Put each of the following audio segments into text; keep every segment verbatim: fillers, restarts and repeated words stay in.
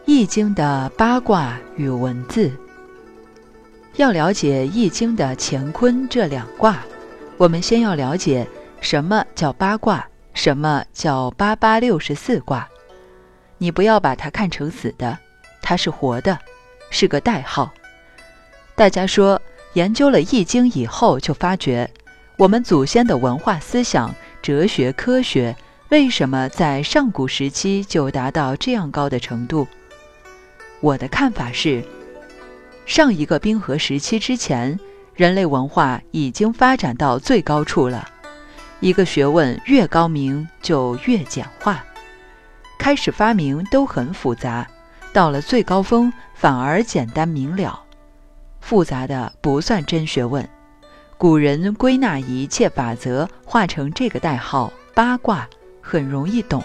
易经的八卦与文字。要了解易经的乾坤这两卦，我们先要了解什么叫八卦，什么叫八八六十四卦。你不要把它看成死的，它是活的，是个代号。大家说，研究了易经以后，就发觉我们祖先的文化思想、哲学、科学为什么在上古时期就达到这样高的程度？我的看法是，上一个冰河时期之前，人类文化已经发展到最高处了。一个学问越高明，就越简化。开始发明都很复杂，到了最高峰反而简单明了。复杂的不算真学问。古人归纳一切法则，化成这个代号八卦，很容易懂。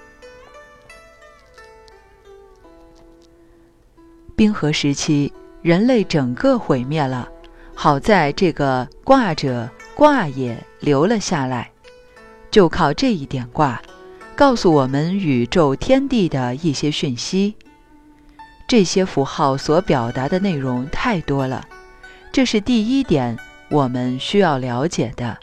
冰河时期，人类整个毁灭了，好在这个卦者卦也留了下来，就靠这一点卦，告诉我们宇宙天地的一些讯息。这些符号所表达的内容太多了，这是第一点我们需要了解的。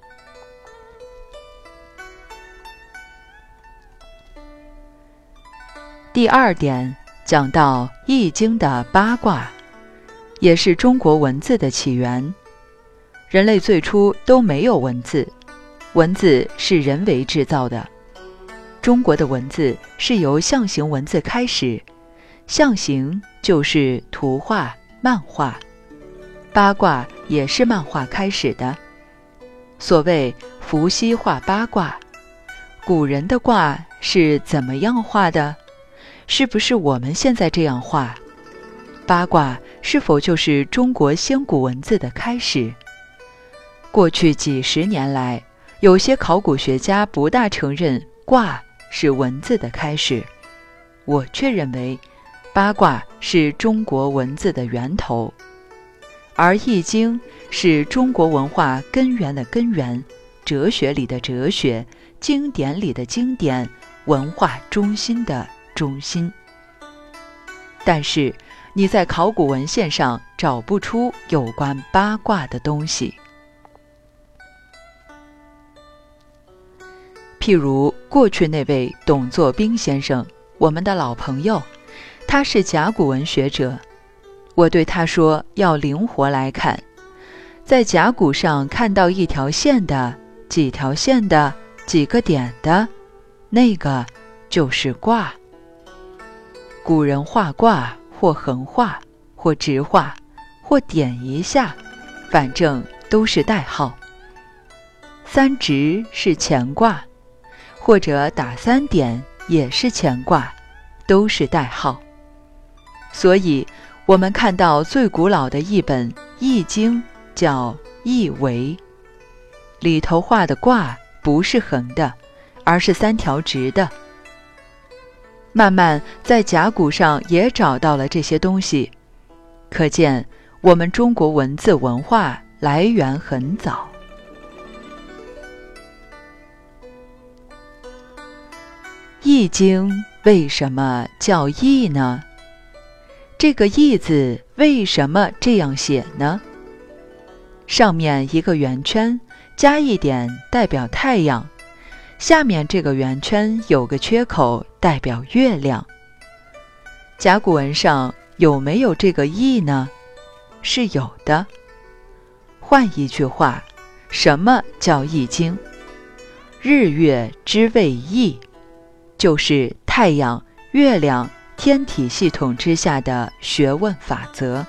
第二点讲到易经的八卦，也是中国文字的起源。人类最初都没有文字，文字是人为制造的。中国的文字是由象形文字开始，象形就是图画、漫画，八卦也是漫画开始的。所谓伏羲画八卦，古人的卦是怎么样画的？是不是我们现在这样画？八卦是否就是中国先古文字的开始？过去几十年来，有些考古学家不大承认卦是文字的开始，我却认为八卦是中国文字的源头，而易经是中国文化根源的根源，哲学里的哲学，经典里的经典，文化中心的中心。但是你在考古文献上找不出有关八卦的东西。譬如过去那位董作宾先生，我们的老朋友，他是甲骨文学者。我对他说，要灵活来看，在甲骨上看到一条线的、几条线的、几个点的，那个就是卦。古人画卦，或横画，或直画，或点一下，反正都是代号。三直是乾卦，或者打三点也是乾卦，都是代号。所以我们看到最古老的一本《易经》叫易为，里头画的卦不是横的，而是三条直的。慢慢在甲骨上也找到了这些东西，可见我们中国文字文化来源很早。易经为什么叫易呢？这个易字为什么这样写呢？上面一个圆圈加一点代表太阳，下面这个圆圈有个缺口代表月亮。甲骨文上有没有这个易呢？是有的。换一句话，什么叫易经？日月之谓易，就是太阳、月亮、天体系统之下的学问法则。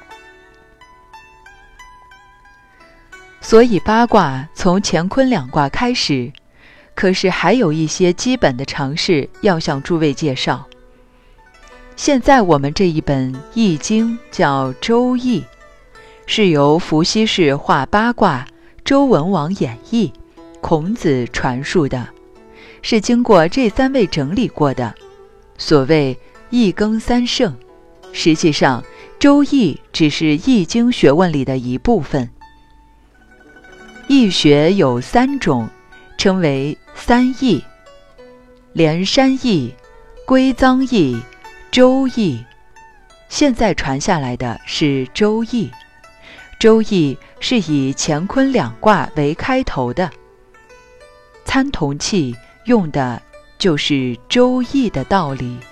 所以八卦从乾坤两卦开始，可是还有一些基本的常识要向诸位介绍。现在我们这一本易经叫周易，是由伏羲氏画八卦、周文王演义、孔子传述的，是经过这三位整理过的。所谓易更三圣，实际上周易只是易经学问里的一部分。易学有三种，称为三易：连山易、归臧易、 周易，现在传下来的是周易。周易是以乾坤两卦为开头的，参同气用的就是周易的道理。